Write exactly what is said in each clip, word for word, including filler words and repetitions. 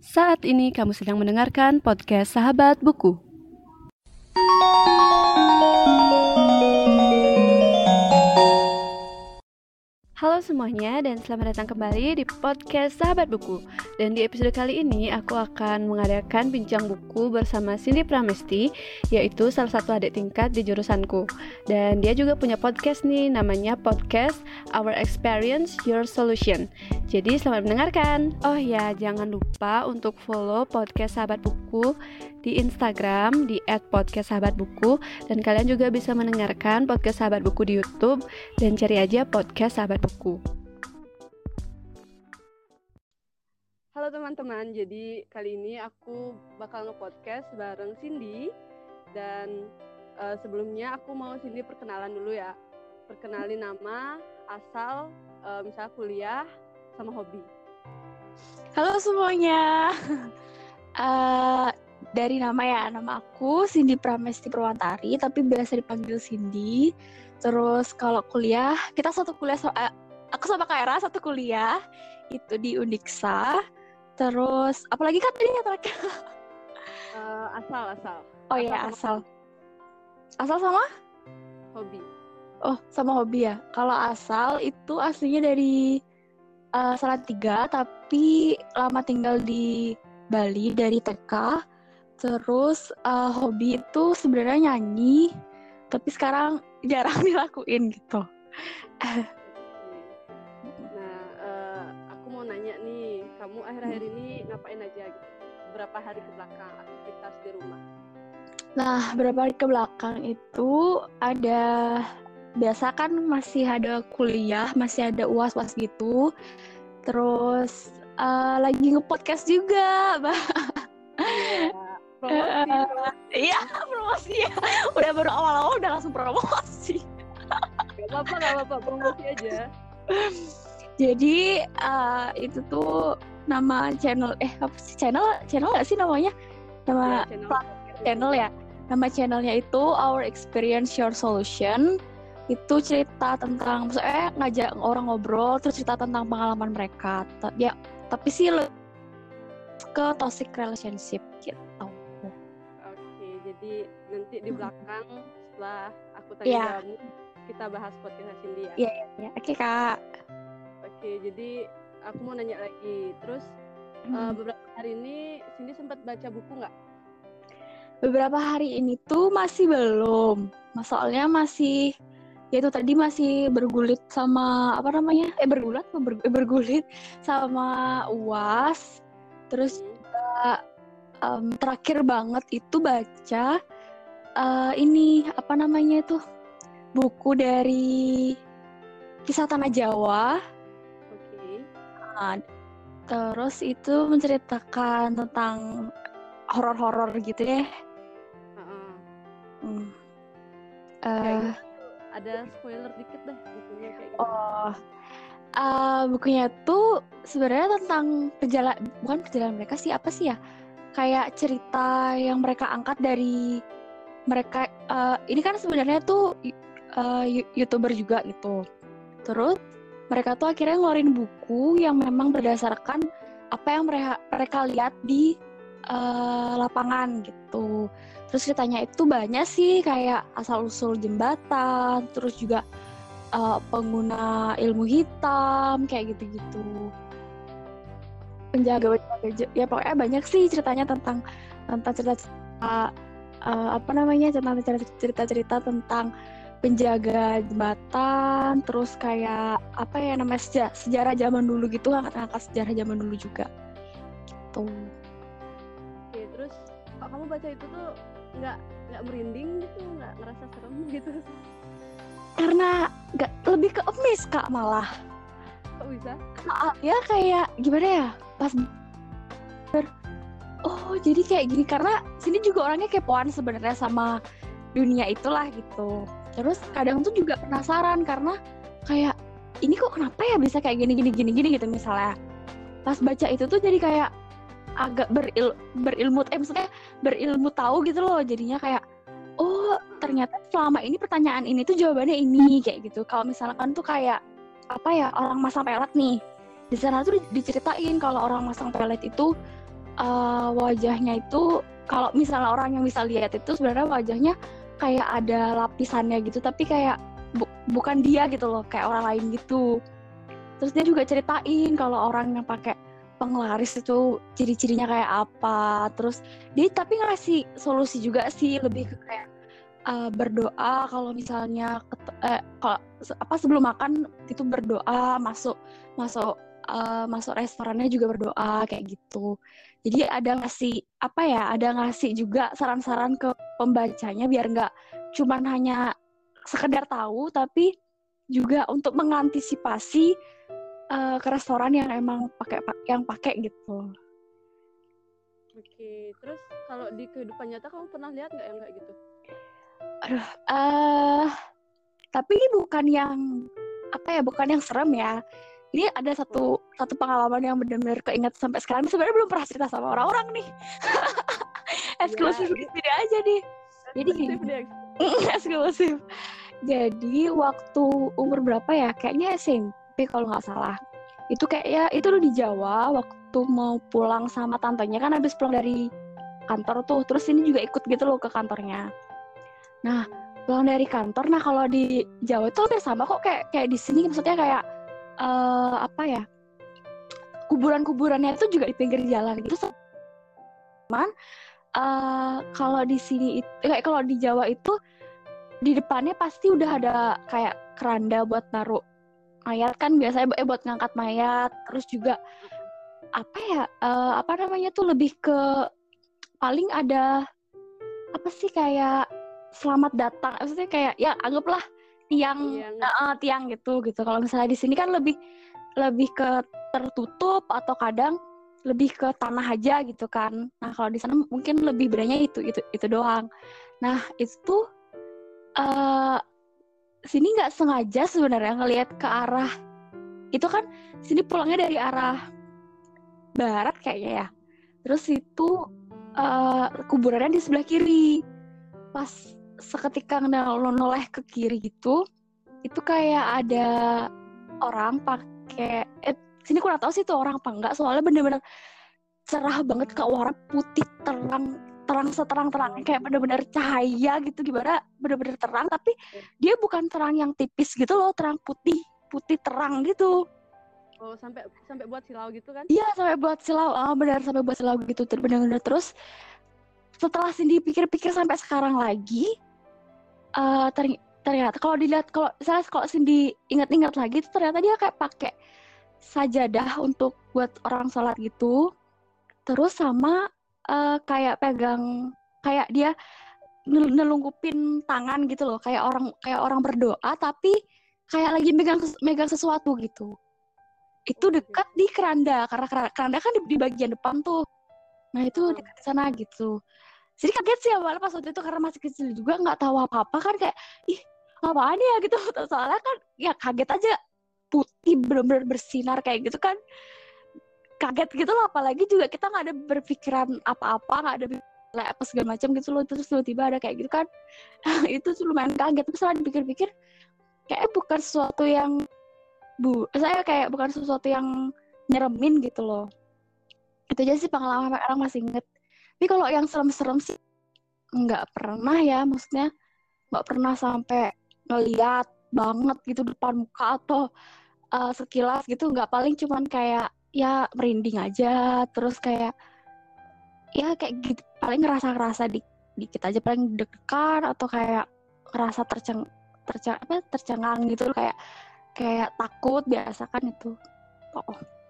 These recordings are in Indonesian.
Saat ini kamu sedang mendengarkan podcast Sahabat Buku. Halo semuanya dan selamat datang kembali di podcast Sahabat Buku. Dan di episode kali ini aku akan mengadakan bincang buku bersama Cindy Pramesti, yaitu salah satu adik tingkat di jurusanku. Dan dia juga punya podcast nih, namanya podcast Our Experience Your Solution. Jadi selamat mendengarkan. Oh ya, jangan lupa untuk follow podcast Sahabat Buku di Instagram di et podcast sahabat buku, dan kalian juga bisa mendengarkan podcast Sahabat Buku di YouTube dan cari aja podcast Sahabat Buku. Halo teman-teman, jadi kali ini aku bakal nge-podcast bareng Cindy. Dan uh, sebelumnya aku mau Cindy perkenalan dulu ya. Perkenalin nama, asal, uh, misalnya kuliah, sama hobi. Halo semuanya. uh, Dari nama ya, nama aku Cindy Pramesti Purwantari, tapi biasa dipanggil Cindy. Terus kalau kuliah, kita satu kuliah, so, uh, aku sama Kak Era satu kuliah, itu di Undiksa. Terus, apalagi kan tadi yang terakhir? Uh, asal, asal. Oh iya, asal. Asal sama? Hobi. Oh, sama hobi ya. Kalau asal itu aslinya dari uh, Salatiga, tapi lama tinggal di Bali dari T K. Terus uh, hobi itu sebenarnya nyanyi, tapi sekarang jarang dilakuin gitu. Nah, uh, aku mau nanya nih, kamu akhir-akhir ini ngapain aja gitu? Berapa hari ke belakang aktivitas di rumah? Nah, berapa hari ke belakang itu ada, biasa kan masih ada kuliah, masih ada U A S U A S gitu. Terus uh, lagi nge-podcast juga, Mbak. Promosi, uh, iya promosi ya, udah baru awal-awal udah langsung promosi. Gak apa-apa, gak apa-apa, promosi aja. Jadi uh, itu tuh nama channel, eh apa sih channel, channel nggak sih namanya? Nama ya, channel. channel ya. Nama channelnya itu Our Experience Your Solution. Itu cerita tentang, maksudnya ngajak orang ngobrol, terus cerita tentang pengalaman mereka. Ya, tapi sih le- ke toxic relationship gitu. Jadi nanti di belakang setelah aku tanya yeah. jawabnya kita bahas podcast Cindy ya. Iya, yeah, iya. Yeah. Oke, okay, Kak. Oke, okay, jadi aku mau nanya lagi. Terus hmm. uh, beberapa hari ini Cindy sempat baca buku nggak? Beberapa hari ini tuh masih belum. Soalnya masih, ya itu tadi masih bergulit sama apa namanya? Eh bergulat, ber, bergulit sama U A S. Terus hmm. juga Um, terakhir banget itu baca uh, ini apa namanya itu buku dari Kisah Tanah Jawa. Oke. Okay. Nah, terus itu menceritakan tentang horor-horor gitu deh. Uh-uh. Hmm. Uh, gitu. Ada spoiler dikit dah bukunya kayak gitu. Oh, uh, bukunya tuh sebenarnya tentang perjalanan, bukan perjalanan mereka sih, apa sih ya? Kayak cerita yang mereka angkat dari mereka, uh, ini kan sebenarnya tuh uh, YouTuber juga gitu. Terus mereka tuh akhirnya ngeluarin buku yang memang berdasarkan apa yang mereka mereka lihat di uh, lapangan gitu. Terus ceritanya itu banyak sih, kayak asal-usul jembatan, terus juga uh, pengguna ilmu hitam kayak gitu-gitu. Penjaga, penjaga ya pokoknya banyak sih ceritanya tentang tentang cerita uh, uh, apa namanya tentang cerita-cerita tentang penjaga jembatan, terus kayak apa ya namanya sejarah, sejarah zaman dulu gitu, angkat-angkat sejarah zaman dulu juga gitu. Oke, terus kok kamu baca itu tuh nggak nggak merinding gitu, nggak ngerasa serem gitu? Karena nggak, lebih ke emis Kak malah. Kok bisa? Nah, ya kayak gimana ya, pas ber oh jadi kayak gini, karena sini juga orangnya kepoan sebenarnya sama dunia itulah gitu. Terus kadang tuh juga penasaran karena kayak ini kok kenapa ya bisa kayak gini gini gini gini gitu misalnya. Pas baca itu tuh jadi kayak agak beril berilmu eh maksudnya berilmu tahu gitu loh, jadinya kayak oh ternyata selama ini pertanyaan ini tuh jawabannya ini kayak gitu. Kalau misalkan tuh kayak apa ya, orang masang pelet nih, di sana tuh diceritain kalau orang masang pelet itu uh, wajahnya itu kalau misalnya orang yang bisa lihat itu sebenarnya wajahnya kayak ada lapisannya gitu, tapi kayak bu- bukan dia gitu loh, kayak orang lain gitu. Terus dia juga ceritain kalau orang yang pakai penglaris itu ciri-cirinya kayak apa. Terus dia tapi ngasih solusi juga sih, lebih ke kayak uh, berdoa kalau misalnya eh, kalau apa sebelum makan itu berdoa, masuk masuk uh, masuk restorannya juga berdoa kayak gitu. Jadi ada ngasih apa ya, ada ngasih juga saran-saran ke pembacanya biar nggak cuman hanya sekedar tahu, tapi juga untuk mengantisipasi uh, ke restoran yang emang pakai yang pakai gitu. Oke, terus kalau di kehidupan nyata kamu pernah lihat nggak yang kayak gitu? Aduh, uh, tapi bukan yang apa ya, bukan yang serem ya. Ini ada satu satu pengalaman yang benar-benar keinget sampai sekarang. Sebenarnya belum pernah cerita sama orang-orang nih. Eksklusif Ya, di sini aja nih. Jadi gini, eksklusif. Jadi waktu umur berapa ya? Kayaknya S M P kalau nggak salah. Itu kayak ya itu lo di Jawa. Waktu mau pulang sama tantenya kan habis pulang dari kantor tuh. Terus ini juga ikut gitu loh ke kantornya. Nah, pulang dari kantor. Nah kalau di Jawa itu hampir sama kok kayak kayak di sini. Maksudnya kayak Uh, apa ya, kuburan-kuburannya itu juga di pinggir jalan gitu. Cuman uh, kalau di sini itu kayak kalau di Jawa itu di depannya pasti udah ada kayak keranda buat naruh mayat kan, biasanya eh, buat ngangkat mayat. Terus juga apa ya, uh, apa namanya tuh lebih ke paling ada apa sih kayak selamat datang, maksudnya kayak ya anggaplah tiang iya, uh, tiang gitu gitu. Kalau misalnya di sini kan lebih lebih ke tertutup atau kadang lebih ke tanah aja gitu kan. Nah kalau di sana mungkin lebih bedanya itu itu itu doang. Nah itu uh, sini nggak sengaja sebenarnya ngelihat ke arah itu kan, sini pulangnya dari arah barat kayaknya ya. Terus itu uh, kuburannya di sebelah kiri. Pas seketika noleh ke kiri gitu, itu kayak ada orang pakai eh, sini kurang tahu sih itu orang apa enggak, soalnya bener-bener cerah banget kak, warna putih terang terang seterang-terangnya, kayak bener-bener cahaya gitu, gimana bener-bener terang, tapi dia bukan terang yang tipis gitu loh, terang putih putih terang gitu. Oh, sampai sampai buat silau gitu kan? Iya, sampai buat silau, ah oh, benar sampai buat silau gitu, bener-bener. Terus setelah Cindy pikir-pikir sampai sekarang lagi, uh, ter- ternyata kalau dilihat, kalau saya kalau Cindy ingat-ingat lagi, itu ternyata dia kayak pakai sajadah untuk buat orang sholat gitu. Terus sama uh, kayak pegang, kayak dia nel- nelungkupin tangan gitu loh, kayak orang kayak orang berdoa, tapi kayak lagi megang megang sesuatu gitu. Itu dekat di keranda, karena keranda kan di, di bagian depan tuh. Nah itu dekat di sana gitu. Jadi kaget sih awalnya pas waktu itu, karena masih kecil juga, nggak tahu apa-apa kan, kayak ih apaan ya gitu. Soalnya kan ya kaget aja, putih bener-bener bersinar kayak gitu kan, kaget gitu loh. Apalagi juga kita nggak ada berpikiran apa-apa, nggak ada apa segala macam gitu loh. Terus tiba-tiba ada kayak gitu kan. Itu tuh lumayan kaget. Tapi setelah dipikir-pikir kayak bukan sesuatu yang bu saya kayak bukan sesuatu yang nyeremin gitu loh. Itu aja sih pengalaman orang masih inget. Tapi kalau yang serem-serem sih nggak pernah ya, maksudnya nggak pernah sampai ngeliat banget gitu depan muka atau uh, sekilas gitu, nggak. Paling cuman kayak ya merinding aja, terus kayak ya kayak gitu, paling ngerasa-ngerasa di, dikit aja, paling deg-degan atau kayak ngerasa terceng terceng apa tercengang gitu, kayak kayak takut biasa kan itu. Oh.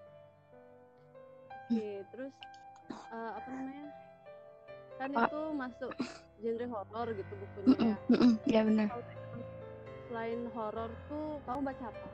Oke, terus uh, apa namanya? Kan apa? Itu masuk genre horor gitu bukunya ya. Mm-mm, ya benar. Selain horor tuh kamu baca apa?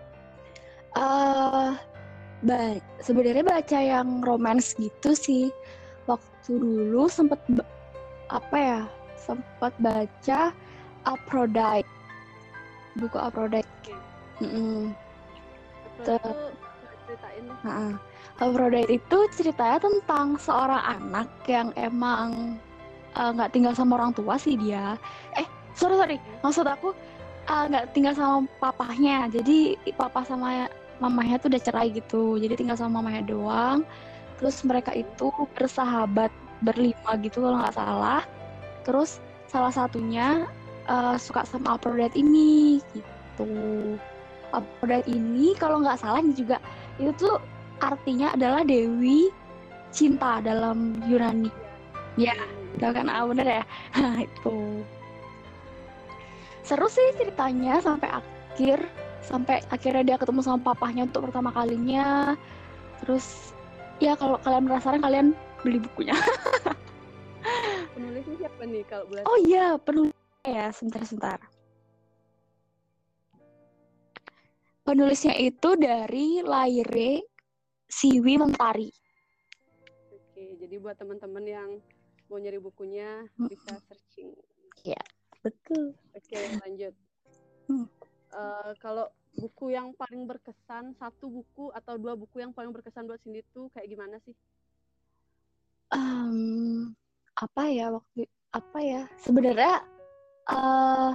Uh, ba- sebenarnya baca yang romance gitu sih. Waktu dulu sempet ba- apa ya? Sempat baca Aphrodite. Buku Aphrodite. Okay. Aphrodite itu ceritain deh. Nah, Aphrodite itu ceritanya tentang seorang anak yang emang nggak uh, tinggal sama orang tua sih dia. Eh, sorry sorry, maksud aku nggak uh, tinggal sama papahnya. Jadi papa sama mamahnya tuh udah cerai gitu. Jadi tinggal sama mamahnya doang. Terus mereka itu bersahabat berlima gitu kalau nggak salah. Terus salah satunya uh, suka sama Aphrodite ini gitu. Aphrodite ini kalau nggak salah ini juga itu tuh artinya adalah dewi cinta dalam Yunani. Ya, ya kan, ah, bener ya. Itu seru sih ceritanya sampai akhir, sampai akhirnya dia ketemu sama papahnya untuk pertama kalinya. Terus ya kalau kalian penasaran kalian beli bukunya. Penulisnya siapa nih kalau boleh? Oh iya, penulisnya ya, sebentar-sebentar. Penulisnya itu dari Laire Siwi Mentari. Oke, jadi buat teman-teman yang mau nyari bukunya hmm. bisa searching. Iya, betul. Oke, lanjut. Hmm. Uh, kalau buku yang paling berkesan, satu buku atau dua buku yang paling berkesan buat Cindy tuh kayak gimana sih? Um, apa ya waktu apa ya sebenarnya uh,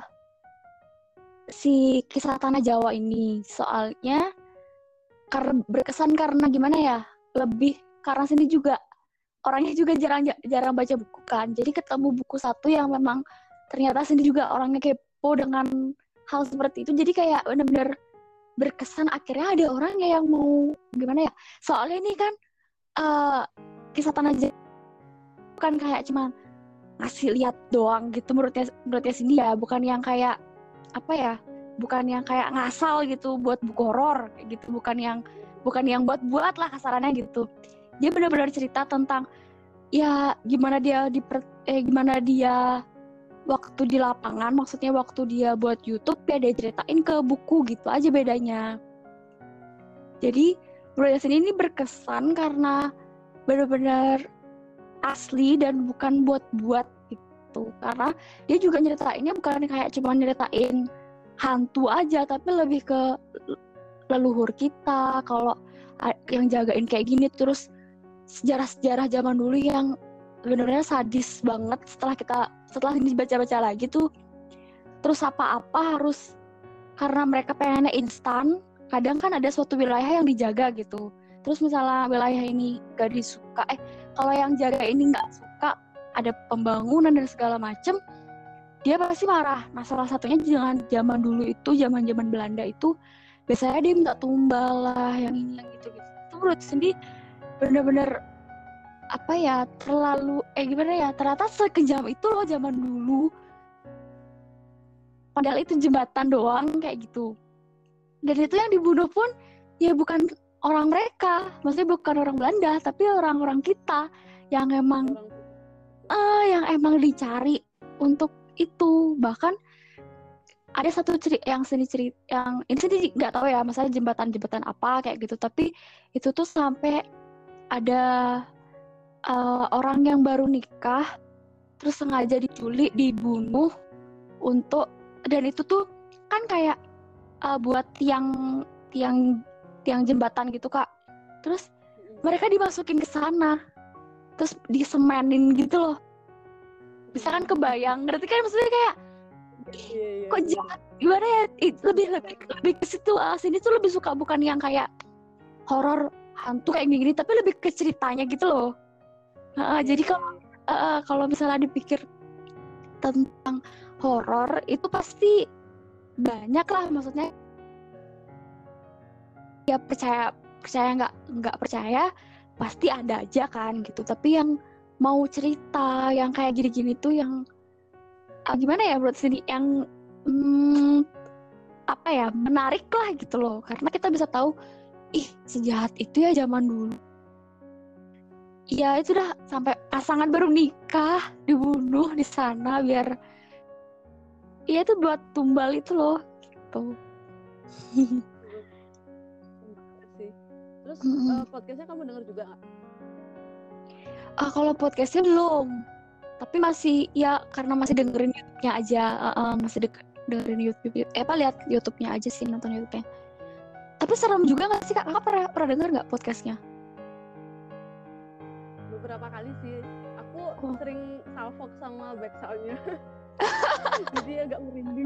si Kisah Tanah Jawa ini soalnya karena berkesan karena gimana ya, lebih karena Cindy juga orangnya juga jarang jarang baca buku kan, jadi ketemu buku satu yang memang ternyata Cindy juga orangnya kepo dengan hal seperti itu, jadi kayak benar-benar berkesan. Akhirnya ada orang yang mau gimana ya, soalnya ini kan uh, Kisah Tanah Jawa bukan kayak cuman ngasih lihat doang gitu menurutnya menurutnya Cindy ya, bukan yang kayak apa ya, bukan yang kayak ngasal gitu buat buku horor kayak gitu, bukan yang bukan yang buat-buat lah kasarannya gitu. Dia benar-benar cerita tentang ya gimana dia di eh gimana dia waktu di lapangan, maksudnya waktu dia buat YouTube ya dia ceritain ke buku gitu aja bedanya. Jadi menurut Cindy ini berkesan karena benar-benar asli dan bukan buat-buat gitu, karena dia juga nyeritainnya bukan kayak cuma nyeritain hantu aja, tapi lebih ke leluhur kita kalau yang jagain kayak gini, terus sejarah-sejarah zaman dulu yang benar-benar sadis banget. Setelah kita setelah ini baca-baca lagi tuh, terus apa-apa harus karena mereka pengennya instan, kadang kan ada suatu wilayah yang dijaga gitu, terus misalnya wilayah ini gak disuka eh kalau yang jaga ini nggak suka ada pembangunan dan segala macem, dia pasti marah. Nah salah satunya jangan zaman dulu itu, zaman zaman Belanda itu biasanya dia minta tumbal lah, yang ini yang gitu gitu. Itu menurut Cindy bener-bener apa ya, terlalu eh gimana ya, ternyata sekejam itu loh zaman dulu. Padahal itu jembatan doang kayak gitu. Dan itu yang dibunuh pun ya bukan orang mereka, maksudnya bukan orang Belanda, tapi orang-orang kita yang emang uh, yang emang dicari untuk itu. Bahkan ada satu cerita yang seni cerita yang ini sih nggak tahu ya, masalah jembatan-jembatan apa kayak gitu, tapi itu tuh sampai ada uh, orang yang baru nikah terus sengaja diculik, dibunuh untuk, dan itu tuh kan kayak uh, buat tiang tiang tiang jembatan gitu Kak, terus mereka dimasukin ke sana terus disemenin gitu loh, bisa kan kebayang, ngerti kan maksudnya kayak ih, kok jahat gimana ya, lebih lebih lebih ke situ. Sini tuh lebih suka bukan yang kayak horor hantu kayak gini, tapi lebih ke ceritanya gitu loh. Uh, jadi kalau uh, kalau misalnya dipikir tentang horor itu pasti banyak lah, maksudnya ya percaya percaya nggak nggak percaya pasti ada aja kan gitu, tapi yang mau cerita yang kayak gini-gini tuh yang ah, gimana ya menurut sini yang hmm, apa ya, menarik lah gitu loh, karena kita bisa tahu ih sejahat itu ya zaman dulu. Ya itu dah sampai pasangan baru nikah dibunuh di sana biar ya itu buat tumbal itu loh gitu. Terus mm-hmm. uh, podcastnya kamu denger juga nggak? Uh, kalau podcastnya belum, tapi masih ya karena masih dengerin YouTube-nya aja, uh, uh, masih de- dengerin YouTube, eh apa lihat YouTube-nya aja sih, nonton YouTube-nya. Tapi serem juga nggak sih Kak? Kakak pernah pernah denger nggak podcastnya? Beberapa kali sih. Aku oh. sering salfok sama back sound-nya. Jadi agak merinding.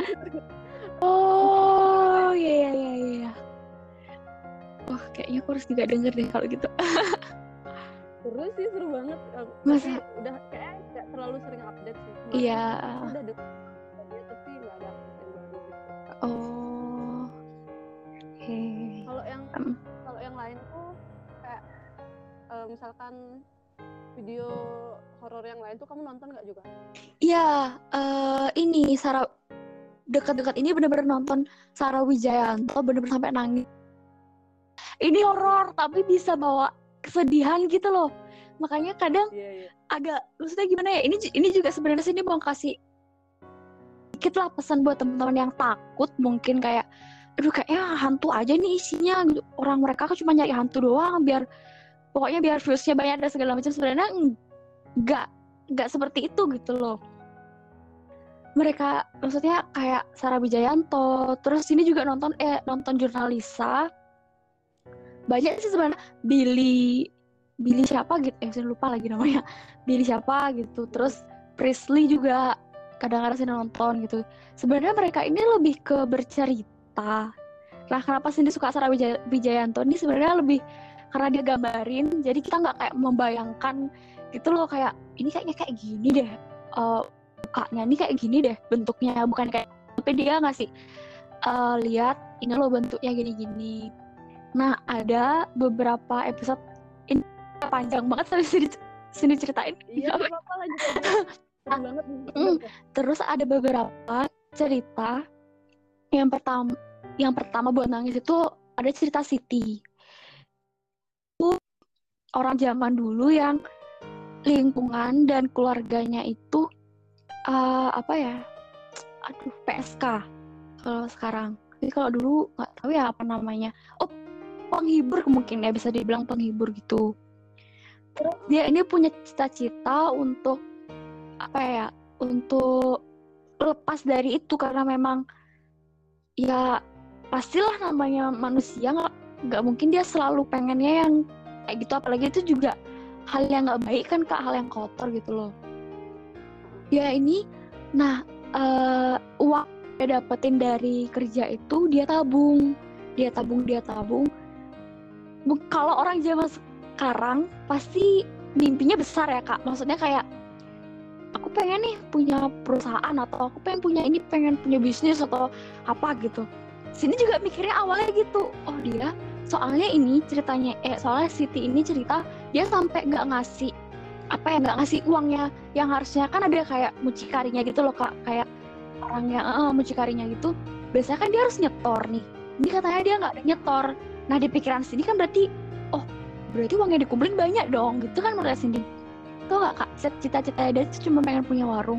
Oh iya iya iya. Wah, kayaknya aku harus juga denger deh kalau gitu. sih seru banget. Aku Masa? udah kayak nggak terlalu sering update sih. Kemarin Iya. aku udah deket dia tapi nggak ada update yang baru gitu. Oh. Oke. Kalau yang Um, kalau yang lain tuh kayak eh, misalkan video horor yang lain tuh kamu nonton nggak juga? Iya, eh, ini Sarah dekat-dekat ini bener-bener nonton Sarah Wijayanto bener-bener sampai nangis. Ini horor tapi bisa bawa kesedihan gitu loh. Makanya kadang Iya iya. agak maksudnya gimana ya? Ini ju- ini juga sebenarnya sih ini mau kasih dikit lah pesan buat teman-teman yang takut mungkin kayak aduh kayaknya hantu aja nih isinya gitu. Orang mereka kan cuma nyari hantu doang biar pokoknya biar viewsnya banyak dan segala macam. Sebenarnya enggak enggak seperti itu gitu loh. Mereka maksudnya kayak Sarah Wijayanto, terus ini juga nonton eh nonton Jurnalisa. Banyak sih sebenarnya Billy Billy siapa gitu, eh saya lupa lagi namanya. Billy siapa gitu. Terus Priestley juga kadang-kadang sih nonton gitu. Sebenarnya mereka ini lebih ke bercerita. Nah, kenapa sih suka Sarah Wijaya, Wijayanto ini sebenarnya lebih karena dia gambarin, jadi kita nggak kayak membayangkan gitu loh kayak ini kayaknya kayak gini deh. Uh, mukanya ini kayak gini deh bentuknya, bukan kayak tapi dia ngasih uh, lihat ini loh bentuknya gini-gini. Nah ada beberapa episode ini panjang banget sampai sini, sini ceritain. Iya nggak apa-apa lah juga banget. Mm. Terus ada beberapa cerita. Yang pertama, yang pertama buat nangis itu ada cerita Siti. Itu orang zaman dulu yang lingkungan dan keluarganya itu Uh, apa ya, aduh P S K kalau sekarang. Jadi kalau dulu nggak tahu ya apa namanya. Oh penghibur mungkin ya bisa dibilang penghibur gitu. Terus dia ini punya cita-cita untuk apa ya, untuk lepas dari itu karena memang ya pastilah namanya manusia nggak nggak mungkin dia selalu pengennya yang kayak gitu, apalagi itu juga hal yang nggak baik kan kak, hal yang kotor gitu loh. Dia ini, nah uh, uang dia dapetin dari kerja itu dia tabung, dia tabung, dia tabung. Kalau orang zaman sekarang pasti mimpinya besar ya kak, maksudnya kayak aku pengen nih punya perusahaan atau aku pengen punya ini, pengen punya bisnis atau apa gitu. Sini juga mikirnya awalnya gitu, oh dia soalnya ini ceritanya, eh soalnya Siti ini cerita dia sampai nggak ngasih apa ya nggak ngasih uangnya yang harusnya kan ada kayak mucikarinya gitu loh kak, kayak orang yang uh, mucikarinya gitu biasanya kan dia harus nyetor nih, ini katanya dia nggak ada nyetor. Nah di pikiran Cindy kan berarti oh berarti uangnya dikumpulin banyak dong gitu kan menurut Cindy. Tuh nggak kak, cita-citanya dia cuma pengen punya warung.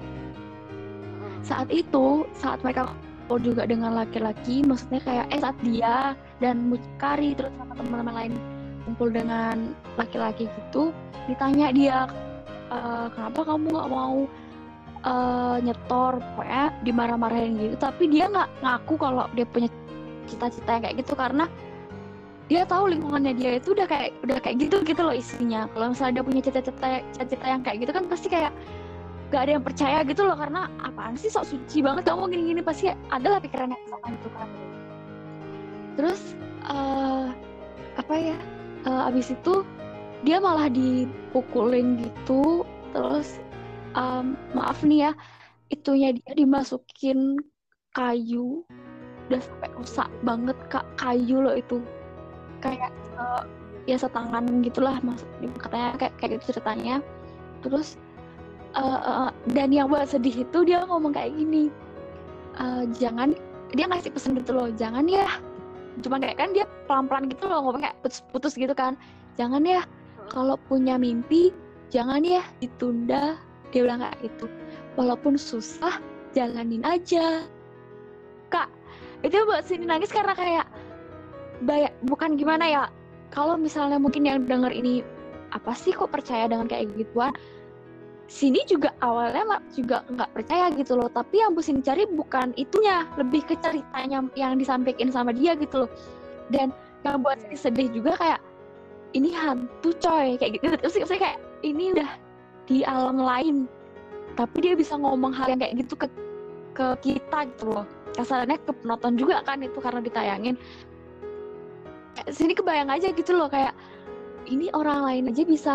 Saat itu saat mereka kumpul juga dengan laki-laki, maksudnya kayak eh saat dia dan mucikari terus sama teman-teman lain kumpul dengan laki-laki gitu, ditanya dia e, kenapa kamu nggak mau uh, nyetor, pokoknya dimarah-marahin gitu, tapi dia nggak ngaku kalau dia punya cita-cita yang kayak gitu karena dia tahu lingkungannya dia itu udah kayak udah kayak gitu gitu loh isinya. Kalau misalnya dia punya cita-cita cita-cita yang kayak gitu kan pasti kayak gak ada yang percaya gitu loh, karena apaan sih sok suci banget kamu gini-gini, pasti adalah pikiran yang sama itu kan. Terus uh, apa ya uh, abis itu dia malah dipukulin gitu, terus um, maaf nih ya, itunya dia dimasukin kayu, udah sampai rusak banget kak, kayu loh itu, kayak uh, ya setangan gitulah mas, katanya kayak kayak gitu ceritanya. Terus uh, uh, dan yang buat sedih itu dia ngomong kayak gini, uh, jangan, dia ngasih pesan gitu loh, jangan ya, cuma kayak kan dia pelan-pelan gitu loh ngomong kayak putus-putus gitu kan, jangan ya kalau punya mimpi jangan ya ditunda, dia bilang kayak gitu, walaupun susah jalanin aja kak. Itu buat Cindy nangis karena kayak banyak, bukan gimana ya, kalau misalnya mungkin yang denger ini apa sih kok percaya dengan kayak gituan, Cindy juga awalnya juga nggak percaya gitu loh, tapi yang Bu Cindy cari bukan itunya, lebih ke ceritanya yang disampaikan sama dia gitu loh. Dan yang buat Cindy sedih juga kayak ini hantu coy kayak gitu, terus saya kayak ini udah di alam lain tapi dia bisa ngomong hal yang kayak gitu ke ke kita gitu loh, kasarnya ke penonton juga kan itu karena ditayangin. Sini kebayang aja gitu loh kayak ini orang lain aja bisa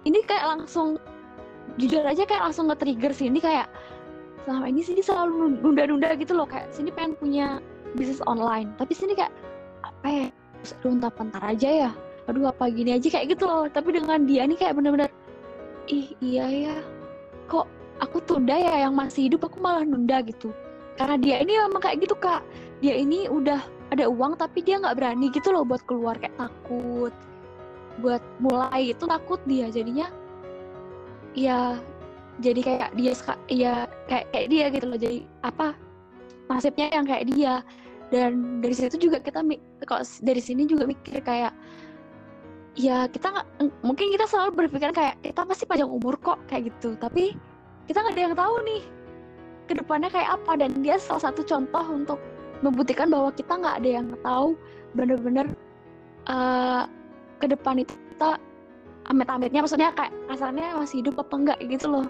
ini kayak langsung jujur aja kayak langsung nge-trigger Cindy kayak selama ini Cindy selalu nunda-nunda gitu loh, kayak Cindy pengen punya bisnis online tapi Cindy kayak apa ya, aduh bentar aja ya, aduh apa gini aja kayak gitu loh. Tapi dengan dia nih kayak bener-bener ih iya ya, kok aku tunda ya, yang masih hidup aku malah nunda gitu. Karena dia ini memang kayak gitu Kak, dia ini udah ada uang tapi dia nggak berani gitu loh buat keluar, kayak takut buat mulai itu, takut dia jadinya ya, jadi kayak dia ya kayak kayak dia gitu loh, jadi apa nasibnya yang kayak dia. Dan dari situ juga kita kalau dari sini juga mikir kayak ya kita nggak, mungkin kita selalu berpikir kayak kita pasti panjang umur kok kayak gitu, tapi kita nggak ada yang tahu nih kedepannya kayak apa. Dan dia salah satu contoh untuk membuktikan bahwa kita nggak ada yang tahu bener-bener uh, ke depan itu kita amit-amitnya, maksudnya kayak kasarnya masih hidup apa enggak gitu loh.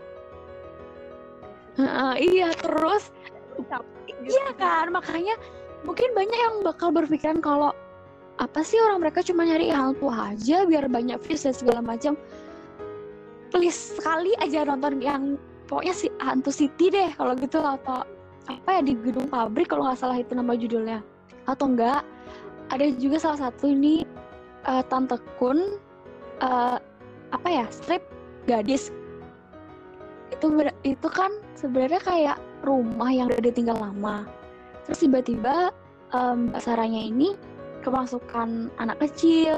Uh, iya terus iya kan, makanya mungkin banyak yang bakal berpikiran kalau apa sih orang mereka cuma nyari hal tua aja biar banyak views dan segala macam. Please sekali aja nonton yang pokoknya si Hantu City deh kalau gitu, atau apa ya di Gedung Pabrik kalau nggak salah itu nama judulnya, atau enggak ada juga salah satu ini uh, Tante Kun uh, apa ya strip gadis itu ber- itu kan sebenarnya kayak rumah yang udah ditinggal lama, terus tiba-tiba um, Mbak Saranya ini kemasukan anak kecil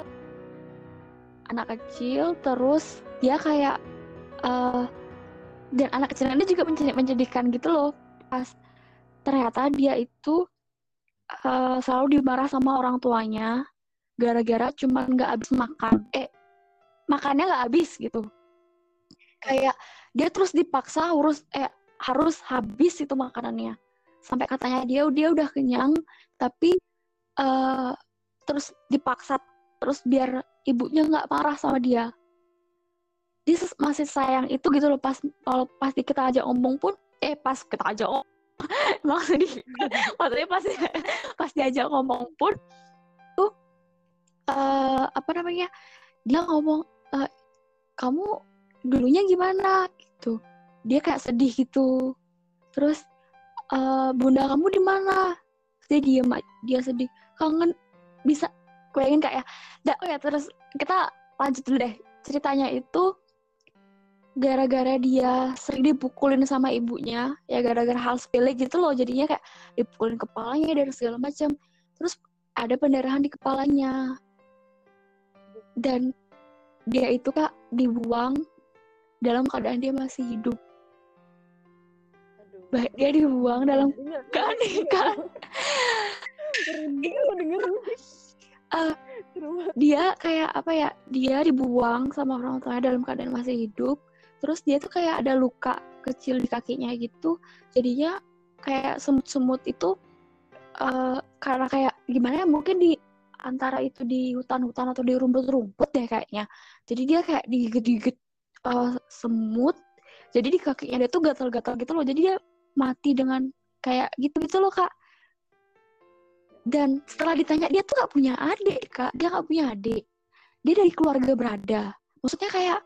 anak kecil terus dia kayak uh, dan anak kecil ini juga menjadikan gitu loh, pas ternyata dia itu uh, selalu dimarah sama orang tuanya gara-gara cuma nggak habis makan eh makannya nggak habis gitu, kayak dia terus dipaksa harus eh harus habis itu makanannya, sampai katanya dia dia udah kenyang tapi uh, terus dipaksa terus biar ibunya nggak marah sama dia. Dia masih sayang itu gitu loh, pas kalau pas kita aja ngomong pun eh pas kita aja ngomong maksudnya maksudnya pas pas diajak ngomong pun tuh uh, apa namanya dia ngomong uh, kamu dulunya gimana gitu, dia kayak sedih gitu, terus uh, bunda kamu di mana, dia diem dia sedih kangen, bisa bayangin kayak ya. Oh ya terus kita lanjut dulu deh ceritanya. Itu gara-gara dia sering dipukulin sama ibunya ya, gara-gara hal sepele gitu loh, jadinya kayak dipukulin kepalanya dan segala macam, terus ada pendarahan di kepalanya dan dia itu Kak dibuang dalam keadaan dia masih hidup. Aduh. Dia dibuang dalam keadaan uh, dia kayak apa ya, dia dibuang sama orang tuanya dalam keadaan masih hidup, terus dia tuh kayak ada luka kecil di kakinya gitu, jadinya kayak semut-semut itu uh, karena kayak gimana ya, mungkin di antara itu di hutan-hutan atau di rumput-rumput deh kayaknya, jadi dia kayak digigit-gigit uh, semut, jadi di kakinya dia tuh gatal-gatal gitu loh, jadi dia mati dengan kayak gitu-gitu loh Kak. Dan setelah ditanya, dia tuh gak punya adik Kak, dia gak punya adik, dia dari keluarga berada, maksudnya kayak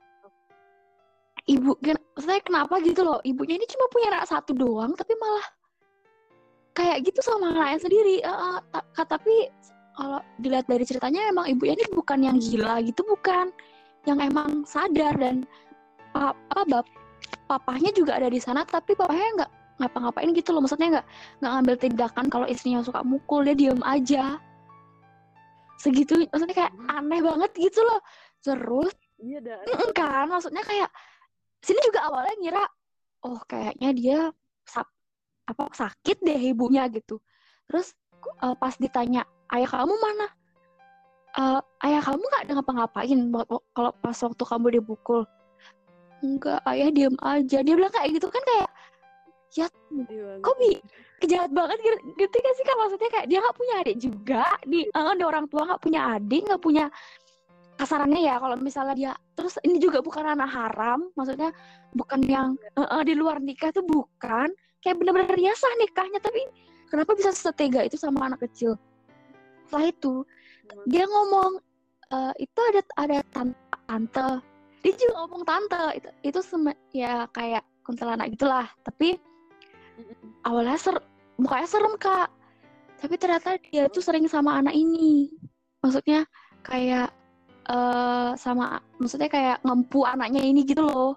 ibu, maksudnya kenapa gitu loh, ibunya ini cuma punya anak satu doang tapi malah kayak gitu sama anaknya sendiri. uh, uh, tapi kalau dilihat dari ceritanya emang ibunya ini bukan yang gila gitu, bukan yang emang sadar, dan papa bap papahnya juga ada di sana tapi papahnya nggak ngapa-ngapain gitu loh, maksudnya nggak nggak ngambil tindakan kalau istrinya suka mukul, dia diem aja segitu, maksudnya kayak aneh banget gitu loh. Terus iya kan, maksudnya kayak sini juga awalnya ngira oh kayaknya dia sak- apa sakit deh ibunya gitu, terus uh, pas ditanya ayah kamu mana, uh, ayah kamu nggak ada ngapa-ngapain kalau pas waktu kamu dipukul, enggak ayah diem aja, dia bilang kayak gitu kan, kayak ya kok bi kejahat banget gitu kan sih Kak, maksudnya kayak dia nggak punya adik juga, di uh, di orang tua nggak punya adik, nggak punya kasarannya ya kalau misalnya dia, terus ini juga bukan anak haram, maksudnya bukan yang uh, uh, di luar nikah tuh bukan, kayak benar-benar dia sah nikahnya, tapi kenapa bisa setega itu sama anak kecil. Setelah itu dia ngomong e, itu ada ada tante, tante dia juga ngomong tante. Itu itu sem- ya kayak kuntilanak gitulah, tapi awalnya ser mukanya serem Kak, tapi ternyata dia tuh sering sama anak ini, maksudnya kayak uh, sama maksudnya kayak ngempu anaknya ini gitu loh.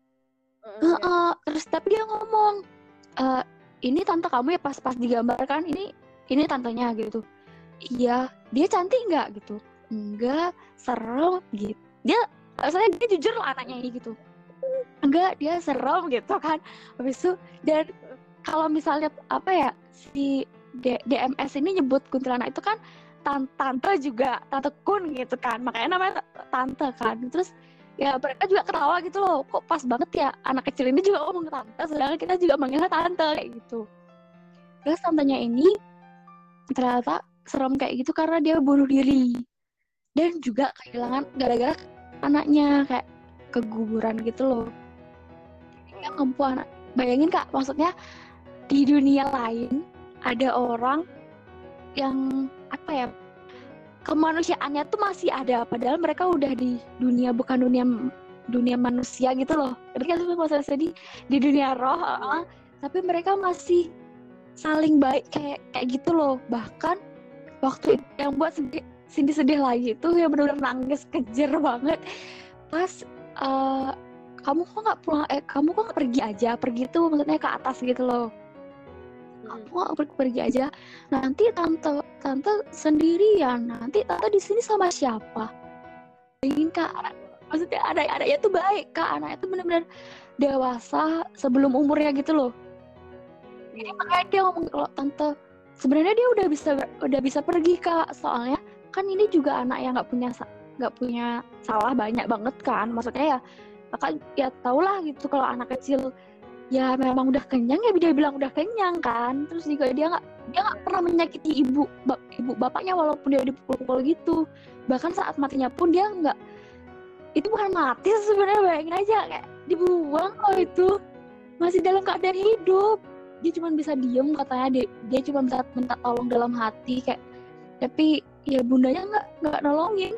Uh, uh, ya. uh, terus tapi dia ngomong, uh, ini tante kamu ya, pas-pas digambarkan ini ini tantenya gitu. Iya, dia cantik nggak gitu? Enggak, serem gitu. Dia rasanya dia jujur lah anaknya ini gitu. Enggak, dia serem gitu kan. Habis itu, dan kalau misalnya apa ya, si D- DMS ini nyebut kuntilanak itu kan tan- tante juga, tante kun gitu kan. Makanya namanya tante kan. Terus ya mereka juga ketawa gitu loh. Kok pas banget ya anak kecil ini juga ngomong tante, sedangkan kita juga manggilnya tante kayak gitu. Terus tantenya ini ternyata serem kayak gitu karena dia bunuh diri dan juga kehilangan gara-gara anaknya, kayak keguguran gitu loh. Dia ngempu anak. Bayangin Kak, maksudnya di dunia lain ada orang yang apa ya, kemanusiaannya tuh masih ada, padahal mereka udah di dunia bukan dunia dunia manusia gitu loh. Tapi kan maksudnya sedih di dunia roh, uh, tapi mereka masih saling baik kayak kayak gitu loh. Bahkan waktu yang buat sedih, Cindy sedih lagi itu ya benar-benar nangis kejer banget pas uh, kamu kok nggak pulang, eh kamu kok nggak pergi aja, pergi tuh maksudnya ke atas gitu loh. Kamu kok nggak pergi, pergi aja, nanti tante tante sendirian, nanti tante di sini sama siapa? Ingin Kak, maksudnya ada adanya tuh baik Kak, anaknya tuh benar-benar dewasa sebelum umurnya gitu loh. Jadi makanya dia ngomong kalau tante sebenarnya dia udah bisa udah bisa pergi Kak, soalnya kan ini juga anak yang nggak punya nggak punya salah banyak banget kan, maksudnya ya kakak ya tau lah gitu kalau anak kecil ya memang udah kenyang ya dia bilang udah kenyang kan, terus juga dia nggak dia nggak pernah menyakiti ibu bap, ibu bapaknya walaupun dia dipukul-pukul gitu, bahkan saat matinya pun dia nggak, itu bukan mati sebenarnya, bayangin aja kayak dibuang loh, itu masih dalam keadaan hidup. Dia cuma bisa diem katanya, dia, dia cuma bisa minta tolong dalam hati kayak, tapi ya bundanya nggak nggak nolongin.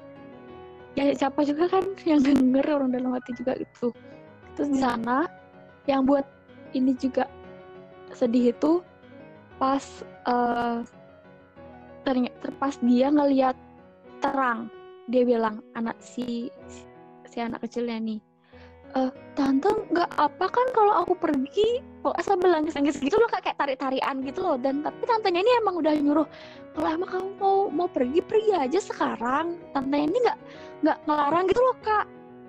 Ya siapa juga kan yang denger orang dalam hati juga itu. Terus di sana yang buat ini juga sedih itu pas uh, ternyata pas dia ngelihat terang, dia bilang anak si si anak kecilnya nih, Uh, tante nggak apa kan kalau aku pergi, kok asal belangis-langis gitu loh, kayak tarik-tarikan gitu loh. Dan tapi tantenya ini emang udah nyuruh kalau emang kamu mau mau pergi pergi aja sekarang, tante ini nggak nggak ngelarang gitu loh Kak.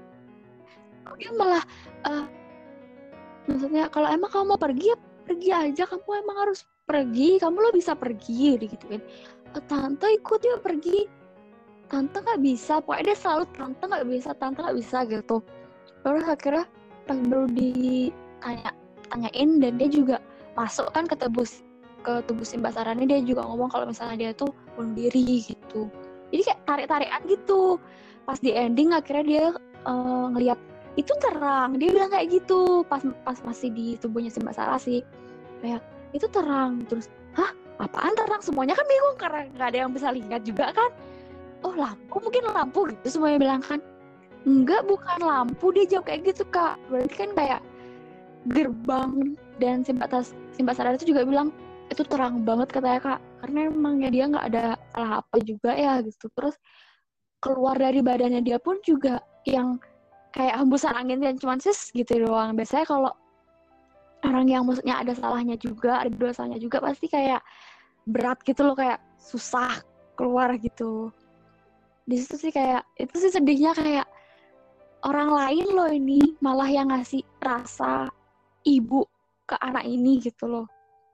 Dia malah uh, maksudnya kalau emang kamu mau pergi ya pergi aja, kamu emang harus pergi, kamu lo bisa pergi digituin. Uh, tante ikut ya pergi, tante nggak bisa, pokoknya dia selalu tante nggak bisa, tante nggak bisa gitu. Terus akhirnya pas baru ditanya tanyain dan dia juga masuk kan ke tubuh ke tubuh Simba Sarani, dia juga ngomong kalau misalnya dia tuh bunuh diri gitu. Jadi kayak tarik-tarikan gitu. Pas di ending akhirnya dia uh, ngeliat itu terang, dia bilang kayak gitu pas pas masih di tubuhnya Simba Sarasi, kayak itu terang. Terus hah, apaan terang? Semuanya kan bingung karena nggak ada yang bisa lihat juga kan. Oh lampu, mungkin lampu gitu semuanya bilang kan. Enggak, bukan lampu, dia jawab kayak gitu Kak. Berarti kan kayak gerbang. Dan Simba Simba Sarada itu juga bilang itu terang banget katanya Kak, karena emang ya dia nggak ada salah apa juga ya gitu. Terus keluar dari badannya dia pun juga yang kayak hembusan angin yang cuman sis gitu doang. Biasanya kalau orang yang maksudnya ada salahnya juga, ada dosanya juga, pasti kayak berat gitu loh, kayak susah keluar gitu. Di situ sih kayak itu sih sedihnya, kayak orang lain loh ini malah yang ngasih rasa ibu ke anak ini gitu loh.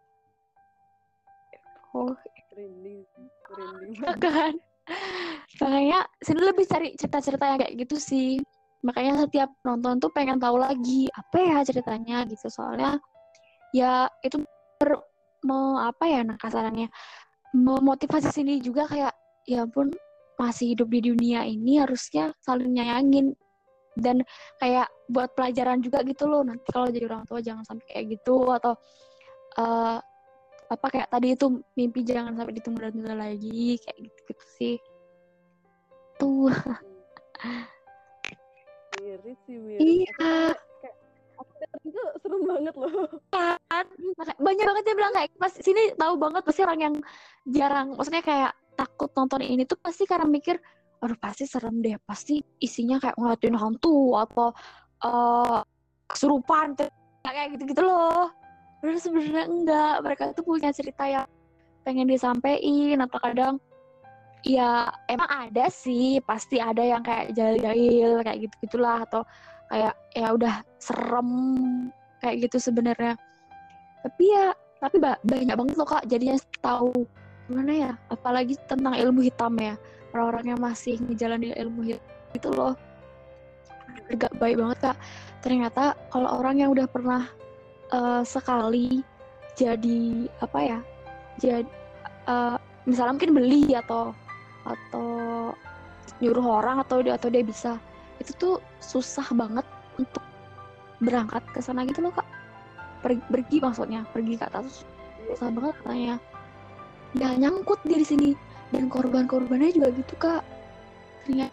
Oh, Trending, trending kan. Makanya sini lebih cari cerita-cerita yang kayak gitu sih. Makanya setiap nonton tuh pengen tahu lagi apa ya ceritanya gitu. Soalnya ya itu ber, mau apa ya, nah kasarannya memotivasi sini juga kayak ya ampun, masih hidup di dunia ini harusnya saling nyayangin. Dan kayak buat pelajaran juga gitu loh, nanti kalau jadi orang tua jangan sampai kayak gitu, atau uh, apa kayak tadi itu mimpi jangan sampai ditunda-tunda lagi kayak gitu gitu sih tuh. menarik sih, Wir. Iya. Aku kayak, kayak aku denger itu serem banget loh. Kan banyak banget yang bilang kayak pas sini tahu banget pasti orang yang jarang, maksudnya kayak takut nonton ini tuh pasti karena mikir aduh pasti serem deh, pasti isinya kayak ngeliatin hantu atau uh, kesurupan kayak gitu-gitu loh. Padahal sebenarnya enggak, mereka tuh punya cerita yang pengen disampaikan, atau kadang ya emang ada sih, pasti ada yang kayak jahil-jahil kayak gitu-gitulah, atau kayak ya udah serem kayak gitu sebenarnya. Tapi ya tapi ba- banyak banget loh Kak jadinya tahu gimana ya, apalagi tentang ilmu hitam ya, orang-orang yang masih ngejalanin ilmu hitam itu loh. Agak baik banget Kak, ternyata kalau orang yang udah pernah uh, sekali jadi apa ya, jadi uh, misalnya mungkin beli atau atau nyuruh orang atau dia atau dia bisa, itu tuh susah banget untuk berangkat ke sana gitu loh Kak. Pergi, pergi maksudnya pergi ke atas susah banget katanya. Ya nyangkut di sini, dan korban-korbannya juga gitu Kak. Ternyata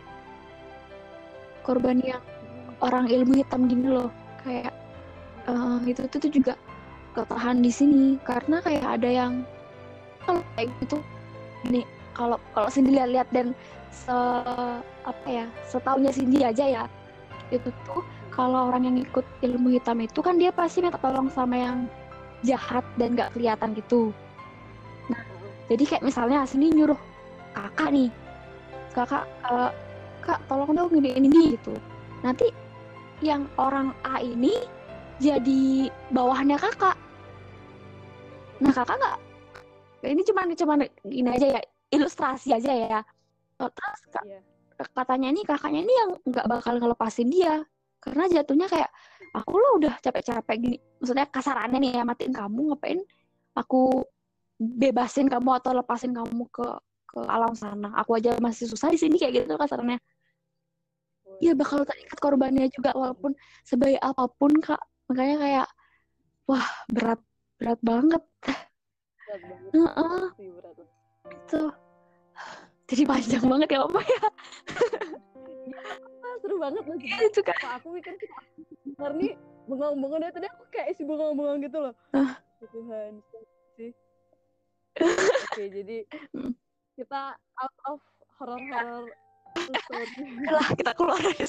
korban yang orang ilmu hitam gini loh, kayak uh, itu tuh juga ketahan di sini karena kayak ada yang kalau kayak gitu ini, kalau kalau Cindy lihat-lihat dan se apa ya, setaunya Cindy aja ya, itu tuh kalau orang yang ikut ilmu hitam itu kan dia pasti minta tolong sama yang jahat dan gak kelihatan gitu. Nah jadi kayak misalnya Cindy nyuruh kakak nih, kakak uh, kak tolong dong ini ini gitu, nanti yang orang A ini jadi bawahannya kakak. Nah kakak nggak, ini cuma cuma gini aja ya, ilustrasi aja ya. Terus kak, yeah. katanya ini kakaknya ini yang nggak bakal ngelepasin dia karena jatuhnya kayak aku lo udah capek-capek gini, maksudnya kasarannya nih ya, matiin kamu, ngapain aku bebasin kamu atau lepasin kamu ke ke alam sana, aku aja masih susah di sini kayak gitu kasarannya. Ya bakal terikat korbannya juga walaupun sebaik apapun Kak. Makanya kayak wah berat berat banget. Berat banget. Uh-uh. Berat banget. Itu jadi panjang banget ya Bapak ya. Ya, seru banget loh. Itu kan. Aku mikir bener nih bengong-bengong dari tadi aku kayak isi bengong-bengong gitu loh. Uh. Tuhan sih. Oke, jadi kita out of horror-horror story. Lah kita keluar dari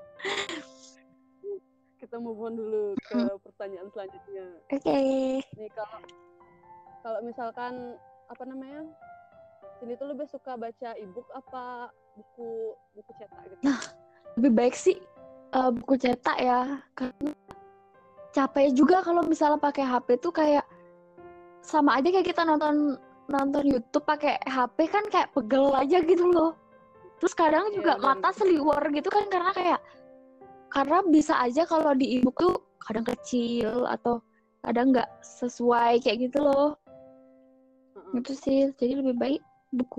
kita move on dulu ke hmm. pertanyaan selanjutnya. Oke. Okay. Nih kalau kalau misalkan apa namanya, sini tuh lebih suka baca e-book apa buku buku cetak gitu? Nah, lebih baik sih uh, buku cetak ya, karena capek juga kalau misalnya pakai H P tuh kayak sama aja kayak kita nonton nonton YouTube pakai H P kan kayak pegel aja gitu loh. Terus kadang juga yeah, mata seliwer gitu kan karena kayak karena bisa aja kalau di e-book tuh kadang kecil atau kadang nggak sesuai kayak gitu loh. Uh-uh. Itu sih, jadi lebih baik buku.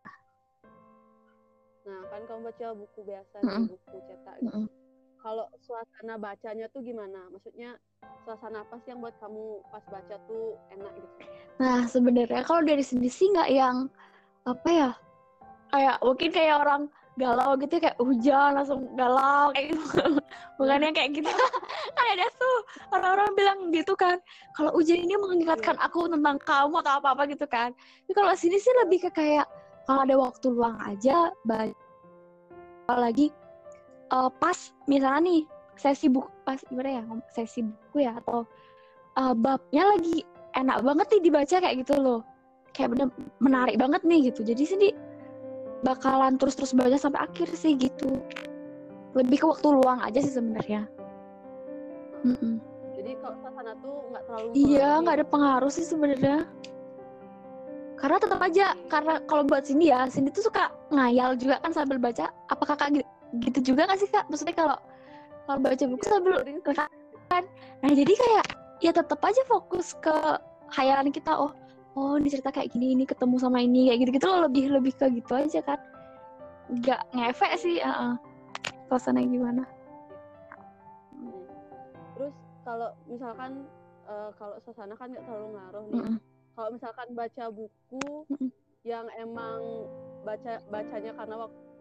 Nah kan kamu baca buku biasa nih, uh-uh. buku cetak gitu. Uh-uh. Kalau suasana bacanya tuh gimana? Maksudnya suasana apa sih yang buat kamu pas baca tuh enak gitu? Nah sebenarnya kalau dari sini sih nggak yang apa ya, kayak mungkin kayak orang galau gitu, kayak hujan langsung galau kayak gitu. Bukan yang kayak gitu. Kan ada tuh orang-orang bilang gitu kan, kalau hujan ini mengingatkan yeah. aku tentang kamu atau apa-apa gitu kan. Tapi kalau sini sih lebih ke kayak kalau ada waktu luang aja baca. Apalagi uh, pas misalnya nih sesi buku, pas gimana ya, sesi buku ya atau uh, babnya lagi enak banget nih dibaca kayak gitu loh, kayak bener menarik banget nih gitu, jadi sini bakalan terus-terus baca sampai akhir sih gitu. Lebih ke waktu luang aja sih sebenarnya. Mm-mm. Jadi kalau suasana tuh nggak terlalu iya nggak ada pengaruh sih sebenarnya, karena tetap aja karena kalau buat sini ya, sini tuh suka ngayal juga kan sambil baca. Apakah kakak gitu juga nggak sih Kak? Maksudnya kalau kalau baca buku ya, sambil kan, nah jadi kayak ya tetap aja fokus ke khayalan kita. Oh oh ini cerita kayak gini, ini ketemu sama ini kayak gitu-gitu loh, lebih lebih ke gitu aja kan, nggak ngefek sih. Uh-uh. Suasana gimana? Hmm. Terus kalau misalkan uh, kalau suasana kan nggak terlalu ngaruh nih. Mm-mm. Kalau misalkan baca buku Mm-mm. yang emang baca bacanya karena